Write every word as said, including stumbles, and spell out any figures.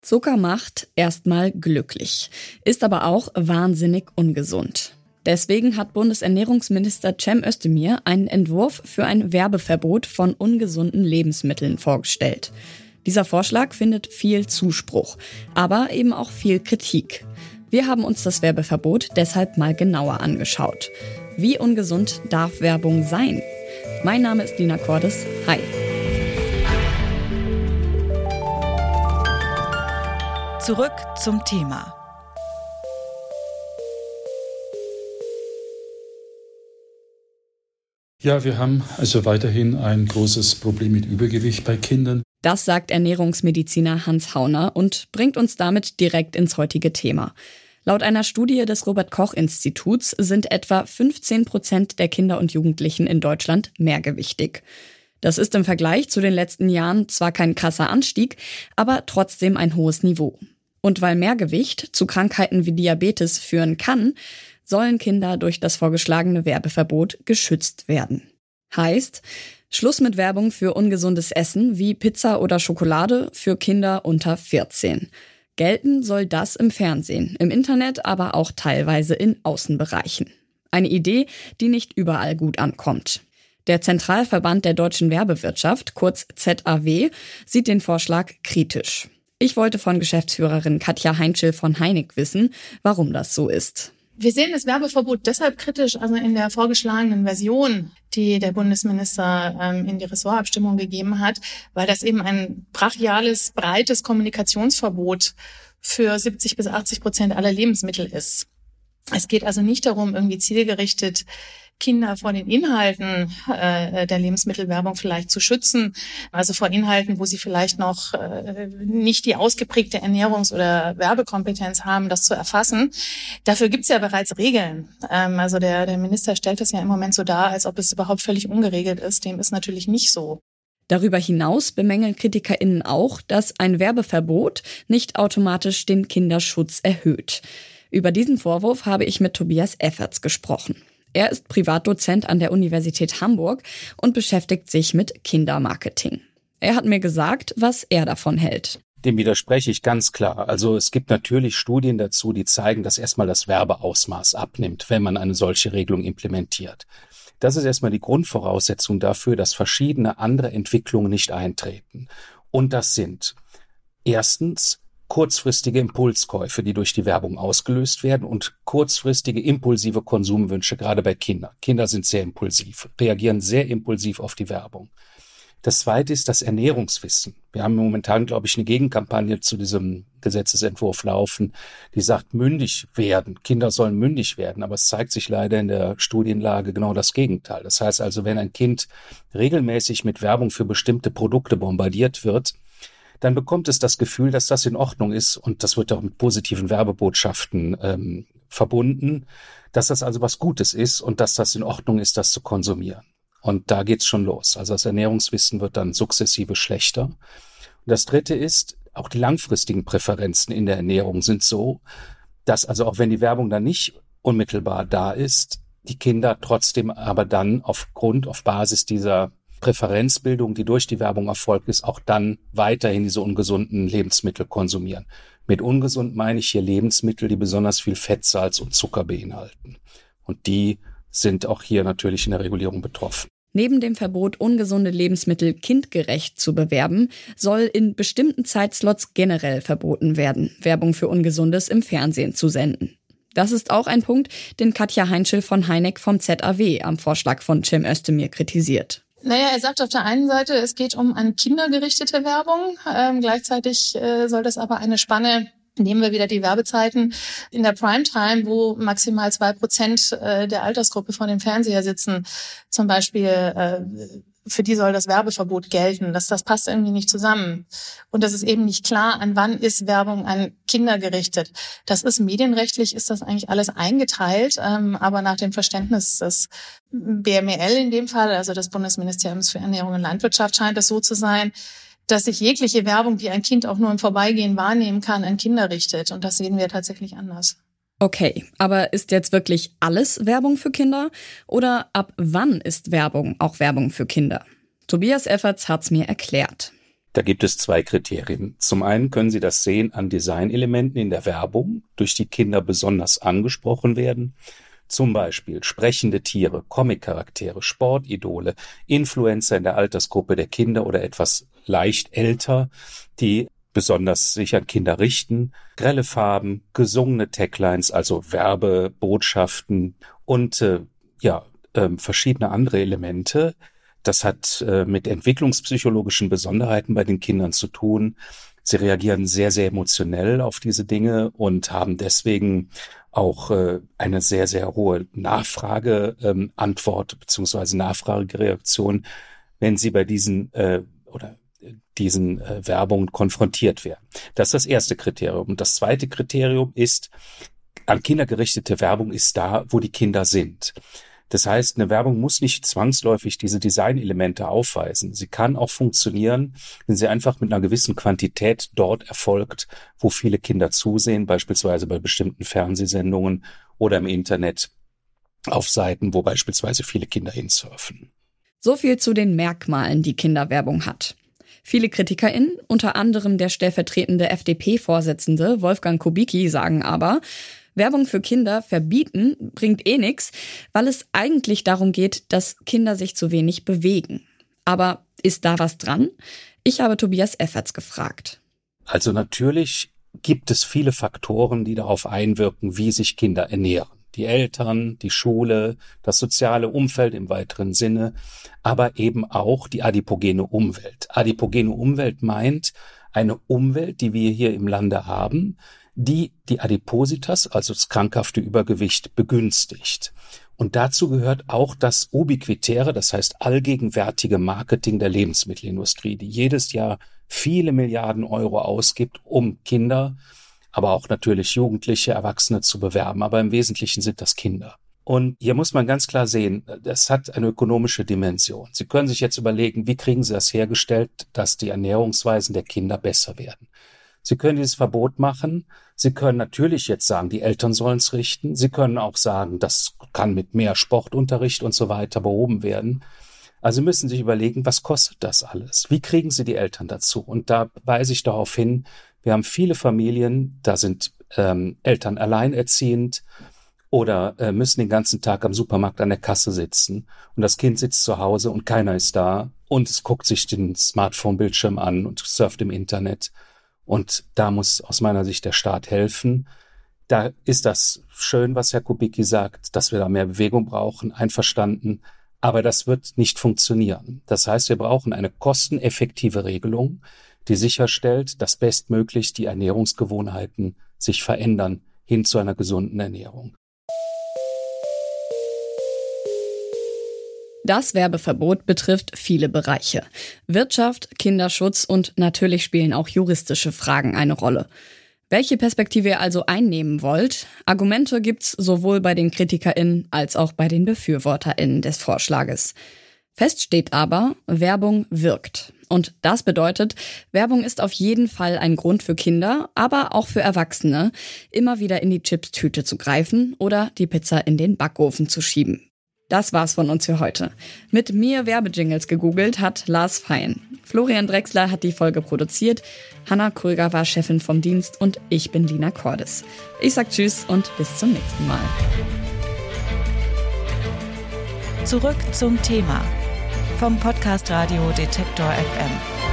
Zucker macht erstmal glücklich, ist aber auch wahnsinnig ungesund. Deswegen hat Bundesernährungsminister Cem Özdemir einen Entwurf für ein Werbeverbot von ungesunden Lebensmitteln vorgestellt. Dieser Vorschlag findet viel Zuspruch, aber eben auch viel Kritik. Wir haben uns das Werbeverbot deshalb mal genauer angeschaut. Wie ungesund darf Werbung sein? Mein Name ist Lina Cordes. Hi. Zurück zum Thema. Ja, wir haben also weiterhin ein großes Problem mit Übergewicht bei Kindern. Das sagt Ernährungsmediziner Hans Hauner und bringt uns damit direkt ins heutige Thema. Laut einer Studie des Robert-Koch-Instituts sind etwa fünfzehn Prozent der Kinder und Jugendlichen in Deutschland mehrgewichtig. Das ist im Vergleich zu den letzten Jahren zwar kein krasser Anstieg, aber trotzdem ein hohes Niveau. Und weil Mehrgewicht zu Krankheiten wie Diabetes führen kann, sollen Kinder durch das vorgeschlagene Werbeverbot geschützt werden. Heißt, Schluss mit Werbung für ungesundes Essen wie Pizza oder Schokolade für Kinder unter vierzehn. Gelten soll das im Fernsehen, im Internet, aber auch teilweise in Außenbereichen. Eine Idee, die nicht überall gut ankommt. Der Zentralverband der deutschen Werbewirtschaft, kurz Z A W, sieht den Vorschlag kritisch. Ich wollte von Geschäftsführerin Katja Heinschel von Heineken wissen, warum das so ist. Wir sehen das Werbeverbot deshalb kritisch, also in der vorgeschlagenen Version, die der Bundesminister ähm, in die Ressortabstimmung gegeben hat, weil das eben ein brachiales, breites Kommunikationsverbot für siebzig bis achtzig Prozent aller Lebensmittel ist. Es geht also nicht darum, irgendwie zielgerichtet Kinder vor den Inhalten äh, der Lebensmittelwerbung vielleicht zu schützen, also vor Inhalten, wo sie vielleicht noch äh, nicht die ausgeprägte Ernährungs- oder Werbekompetenz haben, das zu erfassen. Dafür gibt es ja bereits Regeln. Ähm, also der, der Minister stellt das ja im Moment so dar, als ob es überhaupt völlig ungeregelt ist. Dem ist natürlich nicht so. Darüber hinaus bemängeln KritikerInnen auch, dass ein Werbeverbot nicht automatisch den Kinderschutz erhöht. Über diesen Vorwurf habe ich mit Tobias Efferts gesprochen. Er ist Privatdozent an der Universität Hamburg und beschäftigt sich mit Kindermarketing. Er hat mir gesagt, was er davon hält. Dem widerspreche ich ganz klar. Also es gibt natürlich Studien dazu, die zeigen, dass erstmal das Werbeausmaß abnimmt, wenn man eine solche Regelung implementiert. Das ist erstmal die Grundvoraussetzung dafür, dass verschiedene andere Entwicklungen nicht eintreten. Und das sind erstens kurzfristige Impulskäufe, die durch die Werbung ausgelöst werden und kurzfristige impulsive Konsumwünsche, gerade bei Kindern. Kinder sind sehr impulsiv, reagieren sehr impulsiv auf die Werbung. Das zweite ist das Ernährungswissen. Wir haben momentan, glaube ich, eine Gegenkampagne zu diesem Gesetzesentwurf laufen, die sagt, mündig werden. Kinder sollen mündig werden, aber es zeigt sich leider in der Studienlage genau das Gegenteil. Das heißt also, wenn ein Kind regelmäßig mit Werbung für bestimmte Produkte bombardiert wird, dann bekommt es das Gefühl, dass das in Ordnung ist und das wird auch mit positiven Werbebotschaften ähm, verbunden, dass das also was Gutes ist und dass das in Ordnung ist, das zu konsumieren. Und da geht's schon los. Also das Ernährungswissen wird dann sukzessive schlechter. Und das Dritte ist, auch die langfristigen Präferenzen in der Ernährung sind so, dass also auch wenn die Werbung dann nicht unmittelbar da ist, die Kinder trotzdem aber dann aufgrund, auf Basis dieser Präferenzbildung, die durch die Werbung erfolgt ist, auch dann weiterhin diese ungesunden Lebensmittel konsumieren. Mit ungesund meine ich hier Lebensmittel, die besonders viel Fett, Salz und Zucker beinhalten. Und die sind auch hier natürlich in der Regulierung betroffen. Neben dem Verbot, ungesunde Lebensmittel kindgerecht zu bewerben, soll in bestimmten Zeitslots generell verboten werden, Werbung für Ungesundes im Fernsehen zu senden. Das ist auch ein Punkt, den Katja Heinschel von Heineken vom Z A W am Vorschlag von Cem Özdemir kritisiert. Naja, er sagt auf der einen Seite, es geht um an Kinder gerichtete Werbung. Ähm, gleichzeitig äh, soll das aber eine Spanne, nehmen wir wieder die Werbezeiten, in der Primetime, wo maximal zwei Prozent äh, der Altersgruppe vor dem Fernseher sitzen, zum Beispiel, äh, für die soll das Werbeverbot gelten. Das, das passt irgendwie nicht zusammen. Und das ist eben nicht klar, an wann ist Werbung an Kinder gerichtet. Das ist medienrechtlich, ist das eigentlich alles eingeteilt, ähm, aber nach dem Verständnis des B M E L in dem Fall, also des Bundesministeriums für Ernährung und Landwirtschaft, scheint es so zu sein, dass sich jegliche Werbung, die ein Kind auch nur im Vorbeigehen wahrnehmen kann, an Kinder richtet. Und das sehen wir tatsächlich anders. Okay, aber ist jetzt wirklich alles Werbung für Kinder? Oder ab wann ist Werbung auch Werbung für Kinder? Tobias Efferts hat's mir erklärt. Da gibt es zwei Kriterien. Zum einen können Sie das sehen an Designelementen in der Werbung, durch die Kinder besonders angesprochen werden. Zum Beispiel sprechende Tiere, Comic-Charaktere, Sportidole, Influencer in der Altersgruppe der Kinder oder etwas leicht älter, die besonders sich an Kinder richten, grelle Farben, gesungene Taglines, also Werbebotschaften und äh, ja äh, verschiedene andere Elemente. Das hat äh, mit entwicklungspsychologischen Besonderheiten bei den Kindern zu tun. Sie reagieren sehr, sehr emotionell auf diese Dinge und haben deswegen auch äh, eine sehr, sehr hohe Nachfrageantwort ähm, beziehungsweise Nachfragereaktion, wenn sie bei diesen äh, oder diesen äh, Werbungen konfrontiert werden. Das ist das erste Kriterium. Und das zweite Kriterium ist, an Kinder gerichtete Werbung ist da, wo die Kinder sind. Das heißt, eine Werbung muss nicht zwangsläufig diese Designelemente aufweisen. Sie kann auch funktionieren, wenn sie einfach mit einer gewissen Quantität dort erfolgt, wo viele Kinder zusehen, beispielsweise bei bestimmten Fernsehsendungen oder im Internet auf Seiten, wo beispielsweise viele Kinder hinsurfen. So viel zu den Merkmalen, die Kinderwerbung hat. Viele KritikerInnen, unter anderem der stellvertretende F D P-Vorsitzende Wolfgang Kubicki, sagen aber, Werbung für Kinder verbieten bringt eh nix, weil es eigentlich darum geht, dass Kinder sich zu wenig bewegen. Aber ist da was dran? Ich habe Tobias Efferts gefragt. Also natürlich gibt es viele Faktoren, die darauf einwirken, wie sich Kinder ernähren. Die Eltern, die Schule, das soziale Umfeld im weiteren Sinne, aber eben auch die adipogene Umwelt. Adipogene Umwelt meint eine Umwelt, die wir hier im Lande haben, die die Adipositas, also das krankhafte Übergewicht, begünstigt. Und dazu gehört auch das ubiquitäre, das heißt allgegenwärtige Marketing der Lebensmittelindustrie, die jedes Jahr viele Milliarden Euro ausgibt, um Kinder, aber auch natürlich Jugendliche, Erwachsene zu bewerben. Aber im Wesentlichen sind das Kinder. Und hier muss man ganz klar sehen, das hat eine ökonomische Dimension. Sie können sich jetzt überlegen, wie kriegen Sie das hergestellt, dass die Ernährungsweisen der Kinder besser werden. Sie können dieses Verbot machen. Sie können natürlich jetzt sagen, die Eltern sollen es richten. Sie können auch sagen, das kann mit mehr Sportunterricht und so weiter behoben werden. Also müssen Sie sich überlegen, was kostet das alles? Wie kriegen Sie die Eltern dazu? Und da weise ich darauf hin, wir haben viele Familien, da sind ähm, Eltern alleinerziehend oder äh, müssen den ganzen Tag am Supermarkt an der Kasse sitzen und das Kind sitzt zu Hause und keiner ist da und es guckt sich den Smartphone-Bildschirm an und surft im Internet. Und da muss aus meiner Sicht der Staat helfen. Da ist das schön, was Herr Kubicki sagt, dass wir da mehr Bewegung brauchen, einverstanden. Aber das wird nicht funktionieren. Das heißt, wir brauchen eine kosteneffektive Regelung, die sicherstellt, dass bestmöglich die Ernährungsgewohnheiten sich verändern hin zu einer gesunden Ernährung. Das Werbeverbot betrifft viele Bereiche. Wirtschaft, Kinderschutz und natürlich spielen auch juristische Fragen eine Rolle. Welche Perspektive ihr also einnehmen wollt? Argumente gibt's sowohl bei den KritikerInnen als auch bei den BefürworterInnen des Vorschlages. Fest steht aber, Werbung wirkt. Und das bedeutet, Werbung ist auf jeden Fall ein Grund für Kinder, aber auch für Erwachsene, immer wieder in die Chipstüte zu greifen oder die Pizza in den Backofen zu schieben. Das war's von uns für heute. Mit mir Werbejingles gegoogelt hat Lars Fein. Florian Drechsler hat die Folge produziert, Hanna Kröger war Chefin vom Dienst und ich bin Lina Cordes. Ich sag Tschüss und bis zum nächsten Mal. Zurück zum Thema vom Podcast Radio Detektor F M.